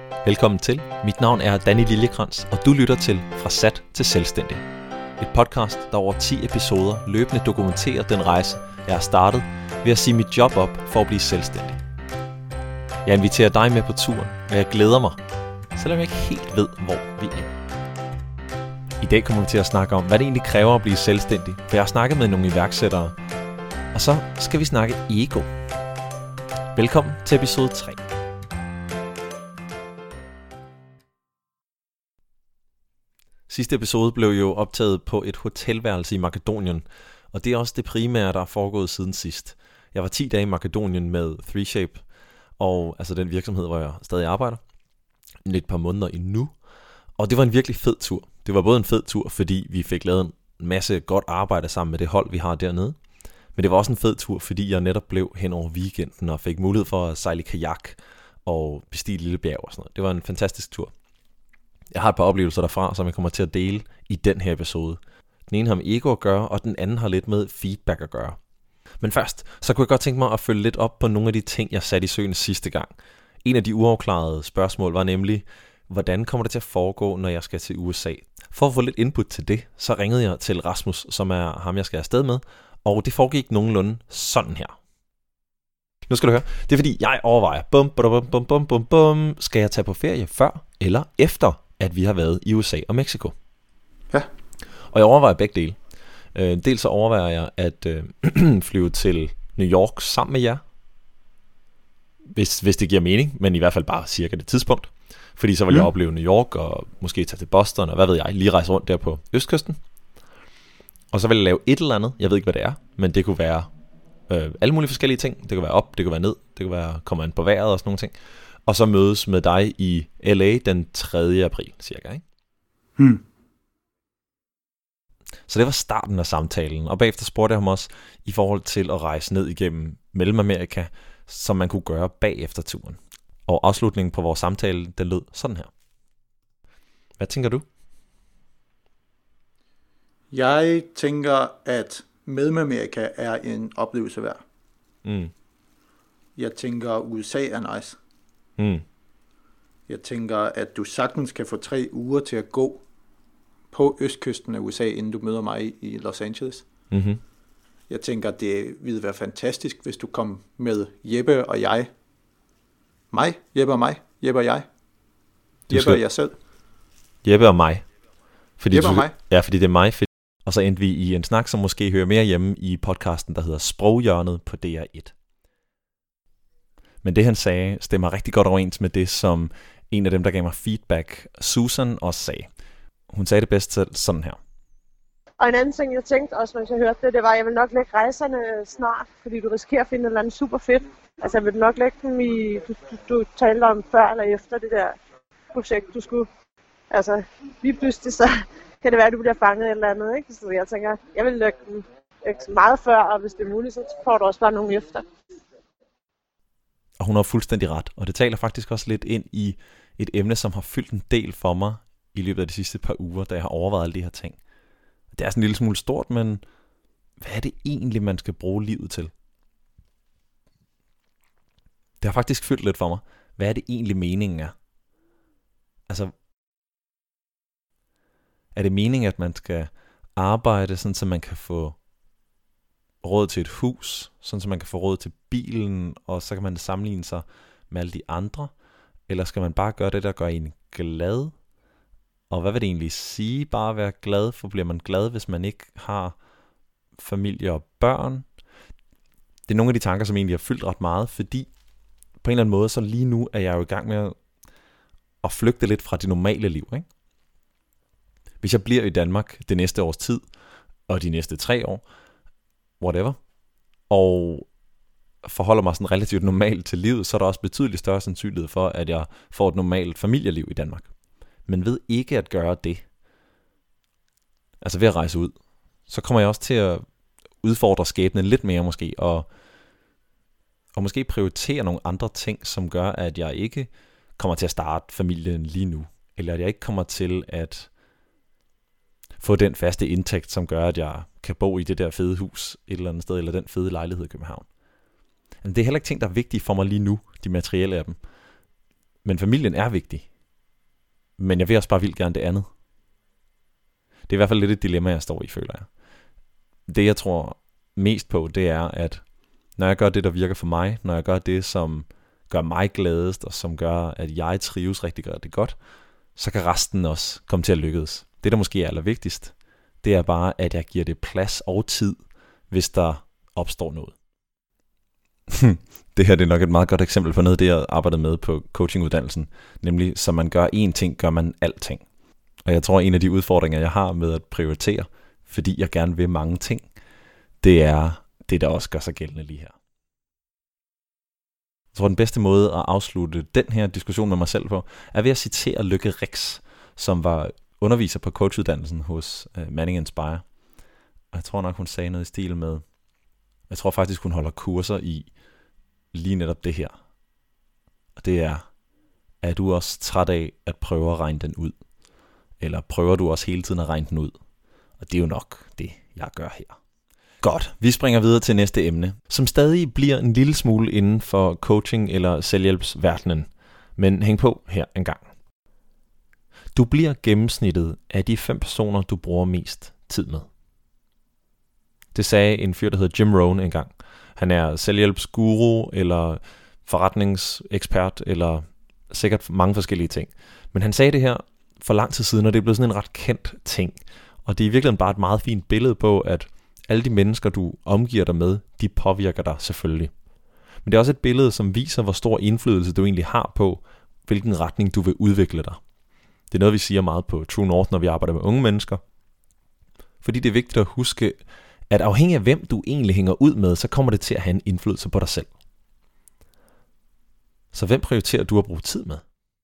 Velkommen til. Mit navn er Danny Liljekrans, og du lytter til Fra Sat til Selvstændig. Et podcast, der over 10 episoder løbende dokumenterer den rejse, jeg har startet ved at sige mit job op for at blive selvstændig. Jeg inviterer dig med på turen, og jeg glæder mig, selvom jeg ikke helt ved, hvor vi er. I dag kommer vi til at snakke om, hvad det egentlig kræver at blive selvstændig, for jeg har snakket med nogle iværksættere, og så skal vi snakke ego. Velkommen til episode 3. Sidste episode blev jo optaget på et hotelværelse i Makedonien, og det er også det primære, der er foregået siden sidst. Jeg var 10 dage i Makedonien med 3Shape, og altså den virksomhed, hvor jeg stadig arbejder, et par måneder endnu. Og det var en virkelig fed tur. Det var både en fed tur, fordi vi fik lavet en masse godt arbejde sammen med det hold, vi har dernede. Men det var også en fed tur, fordi jeg netop blev hen over weekenden og fik mulighed for at sejle kajak og bestige et lille bjerg og sådan noget. Det var en fantastisk tur. Jeg har et par oplevelser derfra, som jeg kommer til at dele i den her episode. Den ene har med ego at gøre, og den anden har lidt med feedback at gøre. Men først, så kunne jeg godt tænke mig at følge lidt op på nogle af de ting, jeg satte i søen sidste gang. En af de uafklarede spørgsmål var nemlig, hvordan kommer det til at foregå, når jeg skal til USA? For at få lidt input til det, så ringede jeg til Rasmus, som er ham, jeg skal afsted med, og det foregik nogenlunde sådan her. Nu skal du høre, det er fordi, jeg overvejer, skal jeg tage på ferie før eller efter, at vi har været i USA og Mexico? Ja. Og jeg overvejer begge dele. Dels så overvejer jeg at flyve til New York sammen med jer, hvis det giver mening, men i hvert fald bare cirka det tidspunkt. Fordi så vil jeg opleve New York, og måske tage til Boston, og hvad ved jeg, lige rejse rundt der på østkysten. Og så vil jeg lave et eller andet, jeg ved ikke hvad det er, men det kunne være alle mulige forskellige ting. Det kunne være op, det kunne være ned, det kunne være komme an på vejret og sådan nogle ting. Og så mødes med dig i LA den 3. april, cirka, ikke? Så det var starten af samtalen, og bagefter spurgte jeg ham også i forhold til at rejse ned igennem Mellemamerika, som man kunne gøre bagefter turen. Og afslutningen på vores samtale, den lød sådan her. Hvad tænker du? Jeg tænker, at Mellemamerika er en oplevelse værd. Jeg tænker, USA er nice. Jeg tænker, at du sagtens kan få 3 uger til at gå på østkysten af USA, inden du møder mig i Los Angeles. Jeg tænker, det ville være fantastisk, hvis du kom med Jeppe og jeg. Jeppe og mig. Jeppe og jeg. Jeppe og jeg selv. Jeppe og mig. Jeppe og mig. Ja, fordi det er mig. Og så endte vi i en snak, som måske hører mere hjemme i podcasten, der hedder Sproghjørnet på DR1. Men det han sagde, stemmer rigtig godt overens med det, som en af dem, der gav mig feedback, Susan, også sagde. Hun sagde det bedst selv sådan her. Og en anden ting, jeg tænkte også, mens jeg hørte det var, at jeg vil nok lægge rejserne snart, fordi du risikerer at finde et eller andet super fedt. Altså jeg vil nok lægge dem i, du talte om før eller efter det der projekt, du skulle. Altså lige pludselig så kan det være, at du bliver fanget et eller andet, ikke? Så jeg tænker, jeg vil lægge dem meget før, og hvis det er muligt, så får du også bare nogen efter. Og hun har fuldstændig ret, og det taler faktisk også lidt ind i et emne, som har fyldt en del for mig i løbet af de sidste par uger, da jeg har overvejet alle de her ting. Det er sådan en lille smule stort, men hvad er det egentlig, man skal bruge livet til? Det har faktisk fyldt lidt for mig. Hvad er det egentlig meningen er? Altså, er det meningen, at man skal arbejde, sådan så man kan få råd til et hus, sådan så man kan få råd til bilen, og så kan man sammenligne sig med alle de andre? Eller skal man bare gøre det, der gør en glad? Og hvad vil det egentlig sige, bare at være glad? For bliver man glad, hvis man ikke har familie og børn? Det er nogle af de tanker, som egentlig har fyldt ret meget, fordi på en eller anden måde, så lige nu er jeg jo i gang med at flygte lidt fra det normale liv, ikke? Hvis jeg bliver i Danmark det næste års tid, og de næste 3 år, whatever, og forholder mig sådan relativt normalt til livet, så er der også betydeligt større sandsynlighed for, at jeg får et normalt familieliv i Danmark. Men ved ikke at gøre det, altså ved at rejse ud, så kommer jeg også til at udfordre skæbnen lidt mere måske, og måske prioritere nogle andre ting, som gør, at jeg ikke kommer til at starte familien lige nu, eller at jeg ikke kommer til at få den faste indtægt, som gør, at jeg kan bo i det der fede hus et eller andet sted, eller den fede lejlighed i København. Men det er heller ikke ting, der er vigtige for mig lige nu, de materielle af dem. Men familien er vigtig. Men jeg vil også bare vildt gerne det andet. Det er i hvert fald lidt et dilemma, jeg står i, føler jeg. Det, jeg tror mest på, det er, at når jeg gør det, der virker for mig, når jeg gør det, som gør mig gladest, og som gør, at jeg trives rigtig godt, så kan resten også komme til at lykkes. Det, der måske er allervigtigst, det er bare, at jeg giver det plads og tid, hvis der opstår noget. Det her det er nok et meget godt eksempel på noget af det, jeg arbejdede med på coachinguddannelsen. Nemlig, så man gør én ting, gør man alting. Og jeg tror, en af de udfordringer, jeg har med at prioritere, fordi jeg gerne vil mange ting, det er det, der også gør sig gældende lige her. Jeg tror, den bedste måde at afslutte den her diskussion med mig selv på, er ved at citere Lykke Rix, som var underviser på coachuddannelsen hos Manning Inspire. Og jeg tror nok, hun sagde noget i stil med, jeg tror faktisk, hun holder kurser i lige netop det her. Og det er du også træt af at prøve at regne den ud? Eller prøver du også hele tiden at regne den ud? Og det er jo nok det, jeg gør her. Godt, vi springer videre til næste emne, som stadig bliver en lille smule inden for coaching eller selvhjælpsverdenen. Men hæng på her en gang. Du bliver gennemsnittet af de 5 personer, du bruger mest tid med. Det sagde en fyr, der hedder Jim Rohn engang. Han er selvhjælpsguru eller forretningsekspert eller sikkert mange forskellige ting. Men han sagde det her for lang tid siden, og det er blevet sådan en ret kendt ting. Og det er i virkeligheden bare et meget fint billede på, at alle de mennesker, du omgiver dig med, de påvirker dig selvfølgelig. Men det er også et billede, som viser, hvor stor indflydelse du egentlig har på, hvilken retning du vil udvikle dig. Det er noget, vi siger meget på True North, når vi arbejder med unge mennesker. Fordi det er vigtigt at huske, at afhængig af hvem du egentlig hænger ud med, så kommer det til at have en indflydelse på dig selv. Så hvem prioriterer du at bruge tid med?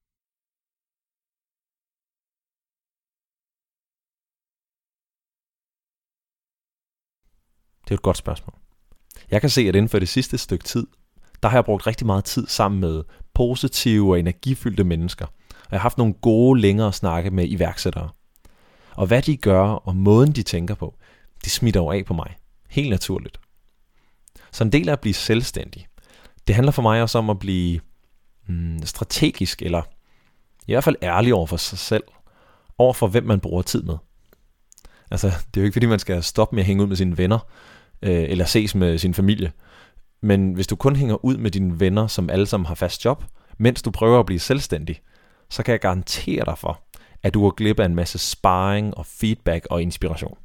Det er et godt spørgsmål. Jeg kan se, at inden for det sidste stykke tid, der har jeg brugt rigtig meget tid sammen med positive og energifyldte mennesker. Og jeg har haft nogle gode, længere snakke med iværksættere. Og hvad de gør, og måden de tænker på, det smitter jo af på mig. Helt naturligt. Så en del af at blive selvstændig, det handler for mig også om at blive strategisk, eller i hvert fald ærlig over for sig selv, over for hvem man bruger tid med. Altså, det er jo ikke fordi, man skal stoppe med at hænge ud med sine venner, eller ses med sin familie. Men hvis du kun hænger ud med dine venner, som alle sammen har fast job, mens du prøver at blive selvstændig, så kan jeg garantere dig for, at du går glip af en masse sparring og feedback og inspiration.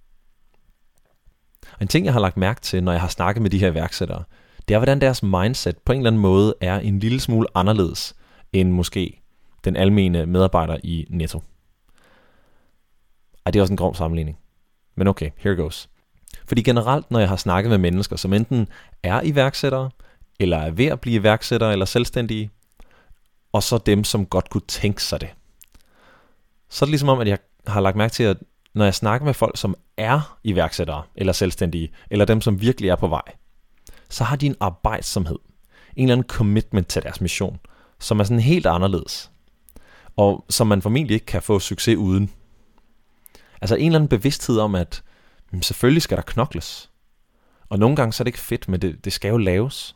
Og en ting, jeg har lagt mærke til, når jeg har snakket med de her iværksættere, det er, hvordan deres mindset på en eller anden måde er en lille smule anderledes end måske den almene medarbejder i Netto. Ej, det er også en grov sammenligning. Men okay, here goes. Fordi generelt, når jeg har snakket med mennesker, som enten er iværksættere, eller er ved at blive iværksættere eller selvstændige, og så dem, som godt kunne tænke sig det, så er det ligesom om, at jeg har lagt mærke til, at når jeg snakker med folk, som er iværksættere eller selvstændige, eller dem, som virkelig er på vej, så har de en arbejdsomhed, en eller anden commitment til deres mission, som er sådan helt anderledes, og som man formentlig ikke kan få succes uden. Altså en eller anden bevidsthed om, at selvfølgelig skal der knokles. Og nogle gange så er det ikke fedt, men det skal jo laves.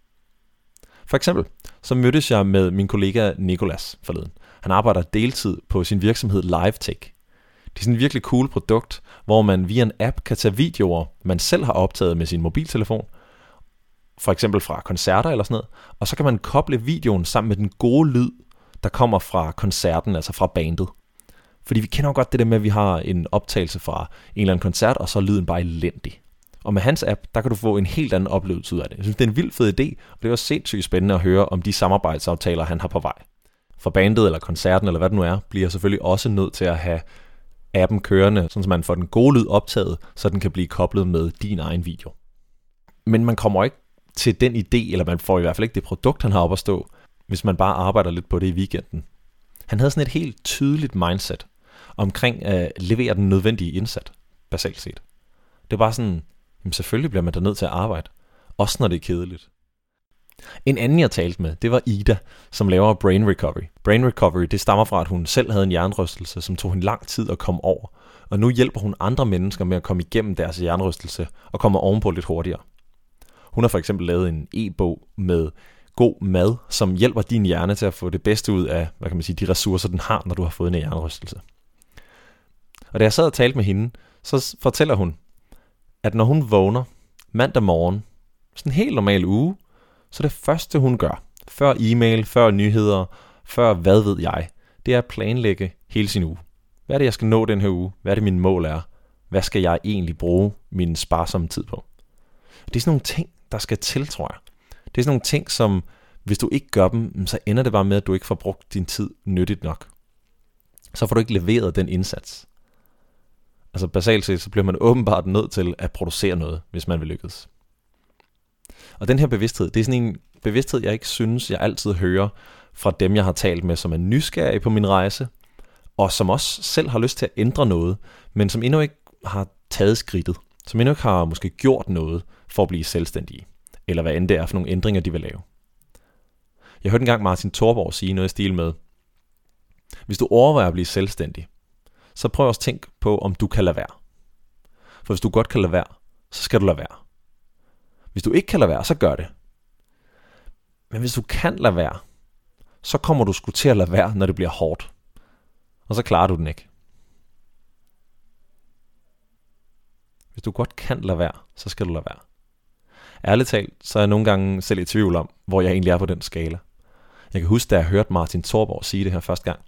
For eksempel, så mødtes jeg med min kollega Nicolas forleden. Han arbejder deltid på sin virksomhed LiveTech. Det er sådan et virkelig cool produkt, hvor man via en app kan tage videoer, man selv har optaget med sin mobiltelefon, for eksempel fra koncerter eller sådan noget, og så kan man koble videoen sammen med den gode lyd, der kommer fra koncerten, altså fra bandet. Fordi vi kender jo godt det der med, at vi har en optagelse fra en eller anden koncert, og så er lyden bare elendig. Og med hans app, der kan du få en helt anden oplevelse ud af det. Jeg synes, det er en vild fed idé, og det er også sindssygt spændende at høre om de samarbejdsaftaler, han har på vej. For bandet eller koncerten, eller hvad det nu er, bliver selvfølgelig også nødt til at have appen kørende, så man får den gode lyd optaget, så den kan blive koblet med din egen video. Men man kommer ikke til den idé, eller man får i hvert fald ikke det produkt, han har op at stå, hvis man bare arbejder lidt på det i weekenden. Han havde sådan et helt tydeligt mindset omkring at levere den nødvendige indsats, basalt set. Det var sådan, jamen selvfølgelig bliver man da nødt til at arbejde, også når det er kedeligt. En anden, jeg talte med, det var Ida, som laver Brain Recovery. Brain Recovery, det stammer fra, at hun selv havde en hjernerystelse, som tog hende lang tid at komme over. Og nu hjælper hun andre mennesker med at komme igennem deres hjernerystelse og komme ovenpå lidt hurtigere. Hun har for eksempel lavet en e-bog med god mad, som hjælper din hjerne til at få det bedste ud af, de ressourcer, den har, når du har fået en hjernerystelse. Og da jeg sad og talte med hende, så fortæller hun, at når hun vågner mandag morgen, sådan en helt normal uge, så det første hun gør, før e-mail, før nyheder, før hvad ved jeg, det er at planlægge hele sin uge. Hvad er det, jeg skal nå den her uge? Hvad er det, mine mål er? Hvad skal jeg egentlig bruge min sparsomme tid på? Det er sådan nogle ting, der skal til, tror jeg. Det er sådan nogle ting, som hvis du ikke gør dem, så ender det bare med, at du ikke får brugt din tid nyttigt nok. Så får du ikke leveret den indsats. Altså basalt set, så bliver man åbenbart nødt til at producere noget, hvis man vil lykkes. Og den her bevidsthed, det er sådan en bevidsthed, jeg ikke synes, jeg altid hører fra dem, jeg har talt med, som er nysgerrige på min rejse, og som også selv har lyst til at ændre noget, men som endnu ikke har taget skridtet, som endnu ikke har måske gjort noget for at blive selvstændige, eller hvad end det er for nogle ændringer, de vil lave. Jeg hørte engang Martin Thorborg sige noget i stil med, hvis du overvejer at blive selvstændig, så prøv også at tænke på, om du kan lade være. For hvis du godt kan lade være, så skal du lade være. Hvis du ikke kan lade være, så gør det. Men hvis du kan lade være, så kommer du sgu til at lade være, når det bliver hårdt. Og så klarer du den ikke. Hvis du godt kan lade være, så skal du lade være. Ærligt talt, så er jeg nogle gange selv i tvivl om, hvor jeg egentlig er på den skala. Jeg kan huske, da jeg hørte Martin Thorborg sige det her første gang,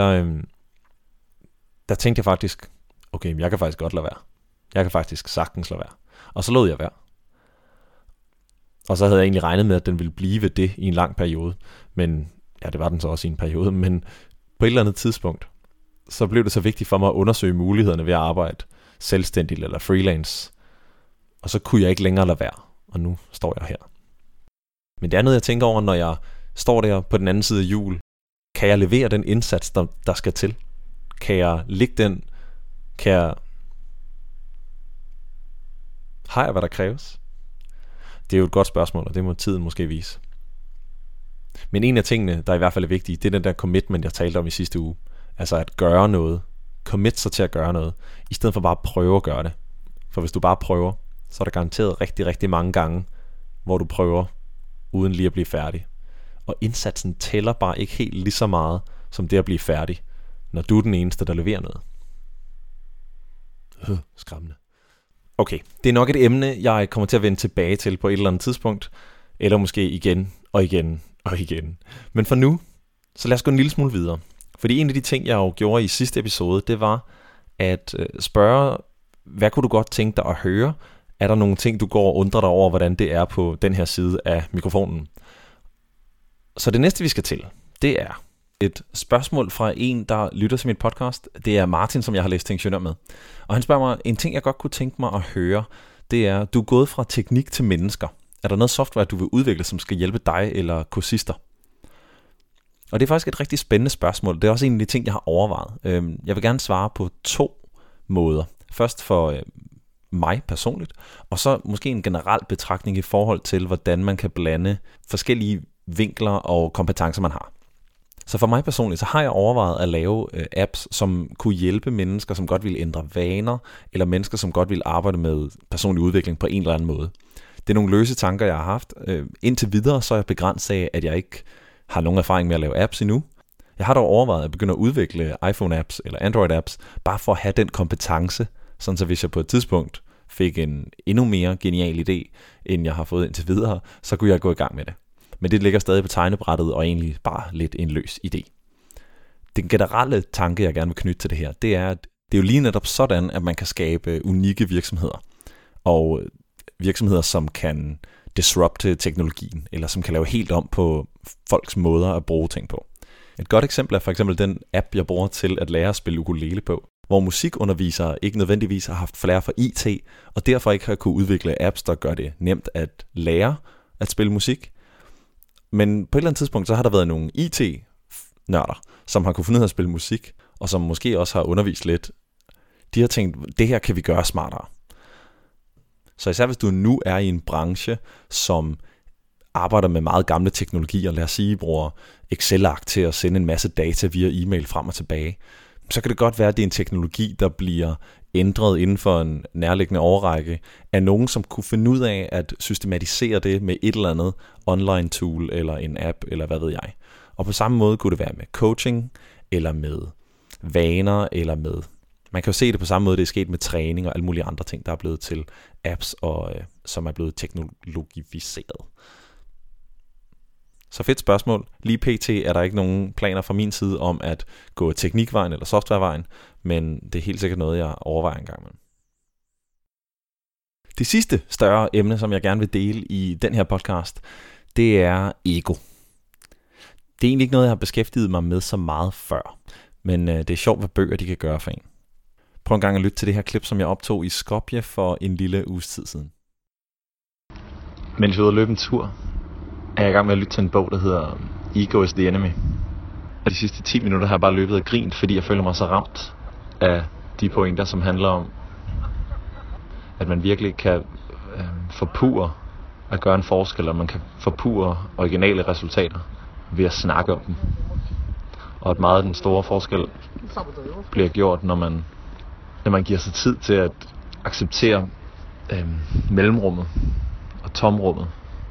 der tænkte jeg faktisk, okay, jeg kan faktisk godt lade være. Jeg kan faktisk sagtens lade være. Og så lod jeg være. Og så havde jeg egentlig regnet med, at den ville blive ved det i en lang periode. Men, ja, det var den så også i en periode. Men på et eller andet tidspunkt, så blev det så vigtigt for mig at undersøge mulighederne ved at arbejde selvstændigt eller freelance. Og så kunne jeg ikke længere lade være. Og nu står jeg her. Men det er noget, jeg tænker over, når jeg står der på den anden side af jul. Kan jeg levere den indsats, der skal til? Kan jeg lægge den? Har jeg, hvad der kræves? Det er jo et godt spørgsmål, og det må tiden måske vise. Men en af tingene, der i hvert fald er vigtige, det er den der commitment, jeg talte om i sidste uge. Altså at gøre noget. Commit sig til at gøre noget, i stedet for bare at prøve at gøre det. For hvis du bare prøver, så er der garanteret rigtig, rigtig mange gange, hvor du prøver, uden lige at blive færdig. Og indsatsen tæller bare ikke helt lige så meget, som det at blive færdig, når du er den eneste, der leverer noget. Skræmmende. Okay, det er nok et emne, jeg kommer til at vende tilbage til på et eller andet tidspunkt, eller måske igen og igen og igen. Men for nu, så lad os gå en lille smule videre. Fordi en af de ting, jeg jo gjorde i sidste episode, det var at spørge, hvad kunne du godt tænke dig at høre? Er der nogle ting, du går og undrer dig over, hvordan det er på den her side af mikrofonen? Så det næste, vi skal til, det er et spørgsmål fra en, der lytter til mit podcast. Det er Martin, som jeg har læst Ingeniør med. Og han spørger mig, en ting, jeg godt kunne tænke mig at høre, det er, du er gået fra teknik til mennesker. Er der noget software, du vil udvikle, som skal hjælpe dig eller kursister? Og det er faktisk et rigtig spændende spørgsmål. Det er også en af de ting, jeg har overvejet. Jeg vil gerne svare på 2 måder. Først for mig personligt, og så måske en generel betragtning i forhold til, hvordan man kan blande forskellige vinkler og kompetencer, man har. Så for mig personligt, så har jeg overvejet at lave apps, som kunne hjælpe mennesker, som godt vil ændre vaner, eller mennesker, som godt vil arbejde med personlig udvikling på en eller anden måde. Det er nogle løse tanker, jeg har haft. Indtil videre, så er jeg begrænset af, at jeg ikke har nogen erfaring med at lave apps endnu. Jeg har dog overvejet at begynde at udvikle iPhone-apps eller Android-apps, bare for at have den kompetence, sådan så hvis jeg på et tidspunkt fik en endnu mere genial idé, end jeg har fået indtil videre, så kunne jeg gå i gang med det. Men det ligger stadig på tegnebrættet, og egentlig bare lidt en løs idé. Den generelle tanke, jeg gerne vil knytte til det her, det er, at det er jo lige netop sådan, at man kan skabe unikke virksomheder. Og virksomheder, som kan disrupte teknologien, eller som kan lave helt om på folks måder at bruge ting på. Et godt eksempel er for eksempel den app, jeg bruger til at lære at spille ukulele på, hvor musikundervisere ikke nødvendigvis har haft flair for IT, og derfor ikke har kunne udvikle apps, der gør det nemt at lære at spille musik. Men på et eller andet tidspunkt, så har der været nogle IT-nørder, som har kunne finde ud af at spille musik, og som måske også har undervist lidt. De har tænkt, det her kan vi gøre smartere. Så især hvis du nu er i en branche, som arbejder med meget gamle teknologier, lad os sige, bruger Excel-ark til at sende en masse data via e-mail frem og tilbage, så kan det godt være, at det er en teknologi, der bliver ændret inden for en nærliggende årrække af nogen, som kunne finde ud af at systematisere det med et eller andet online tool eller en app, eller hvad ved jeg. Og på samme måde kunne det være med coaching, eller med vaner, eller med... Man kan jo se det på samme måde, det er sket med træning og alle mulige andre ting, der er blevet til apps, og som er blevet teknologificeret. Så fedt spørgsmål. Lige pt. Er der ikke nogen planer fra min side om at gå teknikvejen eller softwarevejen, men det er helt sikkert noget, jeg overvejer en gang med. Det sidste større emne, som jeg gerne vil dele i den her podcast, det er ego. Det er egentlig ikke noget, jeg har beskæftiget mig med så meget før, men det er sjovt, hvad bøger de kan gøre for en. Prøv en gang at lytte til det her klip, som jeg optog i Skopje for en lille uges tid siden. Mens jeg er ude at løbe en tur, er jeg i gang med at lytte til en bog, der hedder Ego is the Enemy. Og de sidste 10 minutter har jeg bare løbet og grint, fordi jeg føler mig så ramt af de pointer, som handler om, at man virkelig kan forpure at gøre en forskel, og man kan forpure originale resultater ved at snakke om dem. Og at meget af den store forskel bliver gjort, når man giver sig tid til at acceptere mellemrummet og tomrummet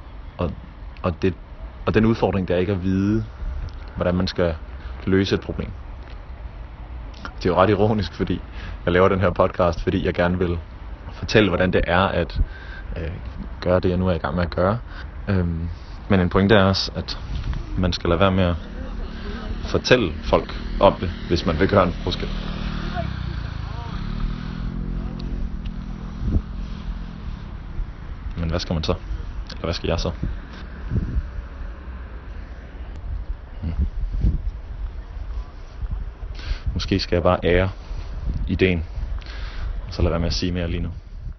og den udfordring, der ikke er at vide, hvordan man skal løse et problem. Det er jo ret ironisk, fordi jeg laver den her podcast, fordi jeg gerne vil fortælle, hvordan det er at gøre det, jeg nu er i gang med at gøre. Men en pointe er også, at man skal lade være med at fortælle folk om det, hvis man vil gøre en forskel. Men hvad skal man så? Eller hvad skal jeg så? Måske skal jeg bare ære ideen, og så lade være med at sige mere lige nu.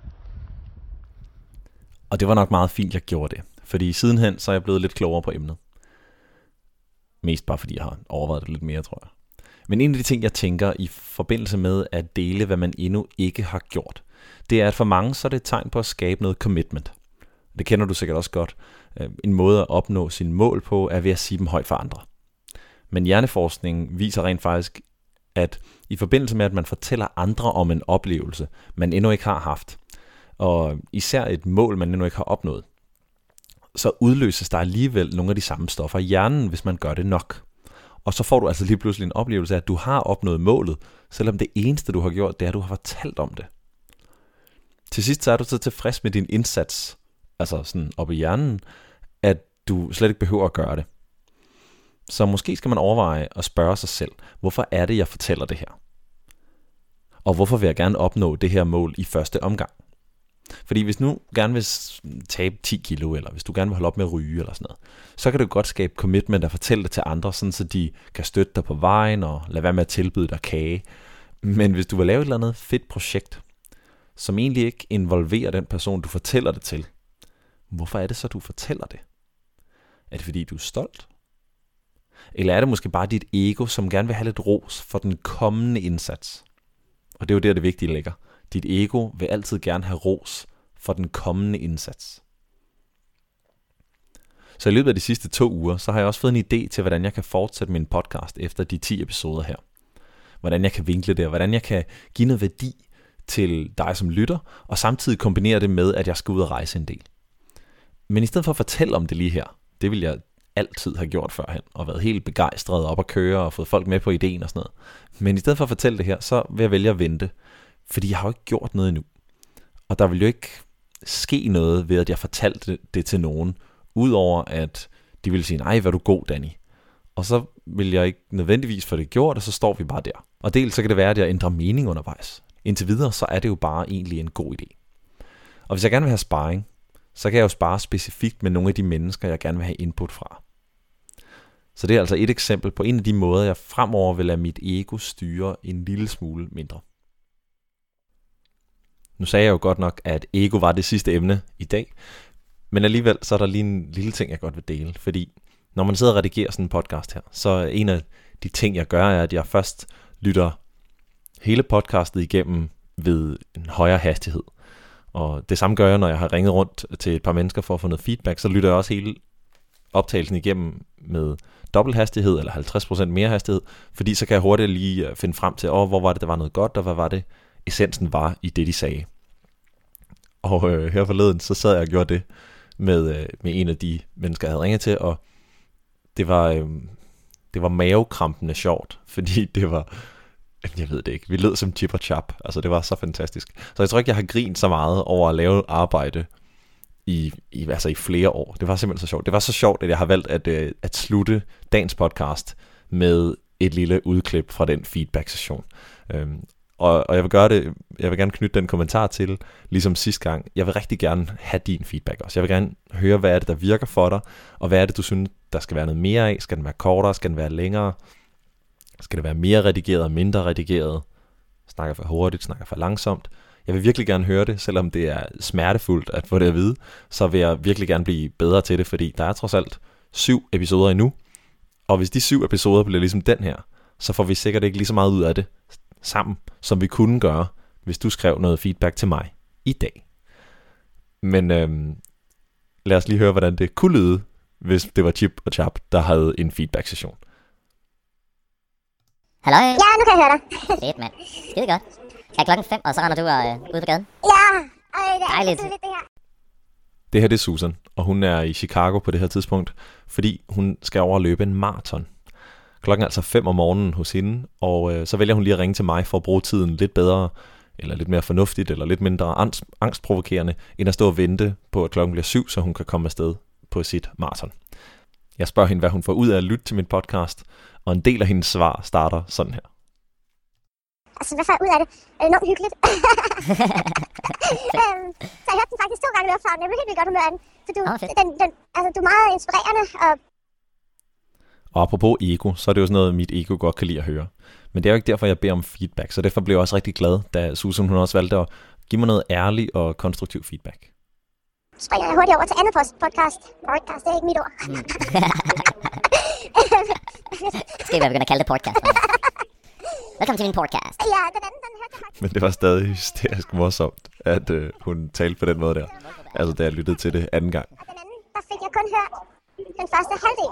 Og det var nok meget fint, jeg gjorde det. Fordi sidenhen, så er jeg blevet lidt klogere på emnet. Mest bare fordi jeg har overvejet det lidt mere, tror jeg. Men en af de ting, jeg tænker i forbindelse med at dele, hvad man endnu ikke har gjort, det er, at for mange så er det et tegn på at skabe noget commitment. Det kender du sikkert også godt. En måde at opnå sine mål på, er ved at sige dem højt for andre. Men hjerneforskningen viser rent faktisk, at i forbindelse med, at man fortæller andre om en oplevelse, man endnu ikke har haft, og især et mål, man endnu ikke har opnået, så udløses der alligevel nogle af de samme stoffer i hjernen, hvis man gør det nok. Og så får du altså lige pludselig en oplevelse af, at du har opnået målet, selvom det eneste, du har gjort, det er, at du har fortalt om det. Til sidst så er du så tilfreds med din indsats, altså sådan oppe i hjernen, at du slet ikke behøver at gøre det. Så måske skal man overveje at spørge sig selv, hvorfor er det, jeg fortæller det her? Og hvorfor vil jeg gerne opnå det her mål i første omgang? Fordi hvis nu gerne vil tabe 10 kilo, eller hvis du gerne vil holde op med at ryge, eller sådan noget, så kan det godt skabe commitment at fortælle det til andre, sådan så de kan støtte dig på vejen, og lade være med at tilbyde dig kage. Men hvis du vil lave et eller andet fedt projekt, som egentlig ikke involverer den person, du fortæller det til, hvorfor er det så, du fortæller det? Er det fordi, du er stolt? Eller er det måske bare dit ego, som gerne vil have lidt ros for den kommende indsats? Og det er jo der, det vigtige ligger. Dit ego vil altid gerne have ros for den kommende indsats. Så i løbet af de sidste 2 uger, så har jeg også fået en idé til, hvordan jeg kan fortsætte min podcast efter de 10 episoder her. Hvordan jeg kan vinkle det, og hvordan jeg kan give noget værdi til dig som lytter, og samtidig kombinere det med, at jeg skal ud og rejse en del. Men i stedet for at fortælle om det lige her, det vil jeg altid have gjort førhen, og været helt begejstret op at køre, og fået folk med på ideen og sådan noget. Men i stedet for at fortælle det her, så vil jeg vælge at vente, fordi jeg har jo ikke gjort noget endnu. Og der vil jo ikke ske noget ved, at jeg fortalte det til nogen, udover at de vil sige, nej, hvor er du god, Danny. Og så vil jeg ikke nødvendigvis få det gjort, og så står vi bare der. Og dels så kan det være, at jeg ændrer mening undervejs. Indtil videre, så er det jo bare egentlig en god idé. Og hvis jeg gerne vil have sparring, så kan jeg jo spare specifikt med nogle af de mennesker, jeg gerne vil have input fra. Så det er altså et eksempel på en af de måder, jeg fremover vil lade mit ego styre en lille smule mindre. Nu sagde jeg jo godt nok, at ego var det sidste emne i dag, men alligevel så er der lige en lille ting, jeg godt vil dele, fordi når man sidder og redigerer sådan en podcast her, så en af de ting, jeg gør, er, at jeg først lytter hele podcastet igennem ved en højere hastighed. Og det samme gør jeg, når jeg har ringet rundt til et par mennesker for at få noget feedback, så lytter jeg også optagelsen igennem med dobbelt hastighed, eller 50% mere hastighed, fordi så kan jeg hurtigt lige finde frem til, hvor var det, der var noget godt, og hvad var det, essensen var i det, de sagde. Og her forleden, så sad jeg og gjorde det med en af de mennesker, jeg havde ringet til, og det var mavekrampende sjovt, fordi det var, jeg ved det ikke, vi lød som Chip og Chap, altså det var så fantastisk. Så jeg tror ikke, jeg har grint så meget over at lave arbejde i flere år. Det var simpelthen så sjovt. Det var så sjovt, at jeg har valgt at slutte dagens podcast med et lille udklip fra den feedback-session. Og jeg vil gøre det, jeg vil gerne knytte den kommentar til, ligesom sidste gang. Jeg vil rigtig gerne have din feedback også. Jeg vil gerne høre, hvad er det, der virker for dig, og hvad er det, du synes, der skal være noget mere af. Skal den være kortere? Skal den være længere? Skal det være mere redigeret, mindre redigeret? Snakker for hurtigt? Snakker for langsomt? Jeg vil virkelig gerne høre det, selvom det er smertefuldt at få det at vide, så vil jeg virkelig gerne blive bedre til det, fordi der er trods alt 7 episoder endnu, og hvis de 7 episoder bliver ligesom den her, så får vi sikkert ikke lige så meget ud af det sammen, som vi kunne gøre, hvis du skrev noget feedback til mig i dag. Men lad os lige høre, hvordan det kunne lyde, hvis det var Chip og Chap, der havde en feedback-session. Hallo? Ja, nu kan jeg høre dig. Fedt, mand. Skide godt. Er klokken 5, og så render du ude på gaden? Ja, det er dejligt. tydeligt, det her. Det her det er Susan, og hun er i Chicago på det her tidspunkt, fordi hun skal over og løbe en maraton. Klokken er altså 5 om morgenen hos hende, og så vælger hun lige at ringe til mig for at bruge tiden lidt bedre, eller lidt mere fornuftigt, eller lidt mindre angstprovokerende, end at stå og vente på, at klokken bliver 7, så hun kan komme afsted på sit maraton. Jeg spørger hende, hvad hun får ud af at lytte til min podcast, og en del af hendes svar starter sådan her. Altså, hvad får jeg ud af det? Det er enormt hyggeligt. Så jeg hørte den faktisk 2 gange i lufthavnen. Jeg blev helt vildt godt humør af den. For du er meget inspirerende. Og apropos ego, så er det jo sådan noget, mit ego godt kan lide at høre. Men det er jo ikke derfor, jeg beder om feedback. Så derfor blev jeg også rigtig glad, da Susan hun også valgte at give mig noget ærlig og konstruktiv feedback. Springer jeg hurtigt over til andet podcast. Podcast, det er ikke mit ord. Skal jeg begynde at kalde det podcast? Velkommen til min podcast. Ja, den anden, den hørte jeg faktisk. Men det var stadig hysterisk morsomt, at hun talte på den måde der. Altså, da jeg lyttede til det anden gang. Og den anden, der fik jeg kun hørt den første halvdel.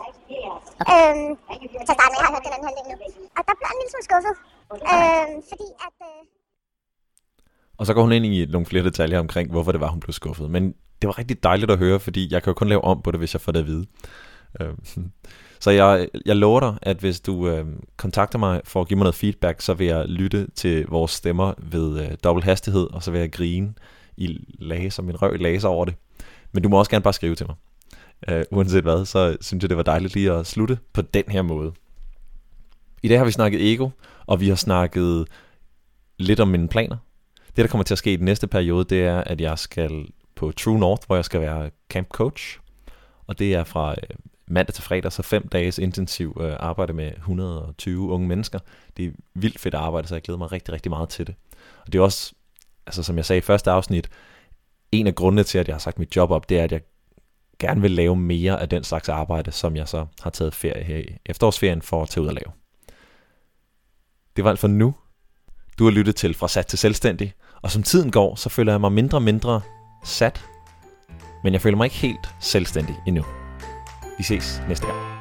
Så starten med, jeg har hørt den anden halvdel nu. Og der blev jeg en lille smule skuffet. Fordi at... Og så går hun ind i nogle flere detaljer omkring, hvorfor det var, hun blev skuffet. Men det var rigtig dejligt at høre, fordi jeg kan jo kun lave om på det, hvis jeg får det at vide. Så jeg lover dig, at hvis du kontakter mig for at give mig noget feedback, så vil jeg lytte til vores stemmer ved dobbelt hastighed, og så vil jeg grine i laser, min røv laser over det. Men du må også gerne bare skrive til mig. Uanset hvad, så synes jeg, det var dejligt lige at slutte på den her måde. I dag har vi snakket ego, og vi har snakket lidt om mine planer. Det, der kommer til at ske i den næste periode, det er, at jeg skal på True North, hvor jeg skal være camp coach. Og det er fra mandag til fredag, så 5 dages intensiv arbejde med 120 unge mennesker. Det er vildt fedt arbejde, så jeg glæder mig rigtig, rigtig meget til det. Og det er også, altså som jeg sagde i første afsnit, en af grundene til, at jeg har sagt mit job op, det er, at jeg gerne vil lave mere af den slags arbejde, som jeg så har taget ferie her i efterårsferien for at tage ud og lave. Det var alt for nu. Du har lyttet til Fra Sat til Selvstændig, og som tiden går, så føler jeg mig mindre og mindre sat, men jeg føler mig ikke helt selvstændig endnu. Vi ses næste gang.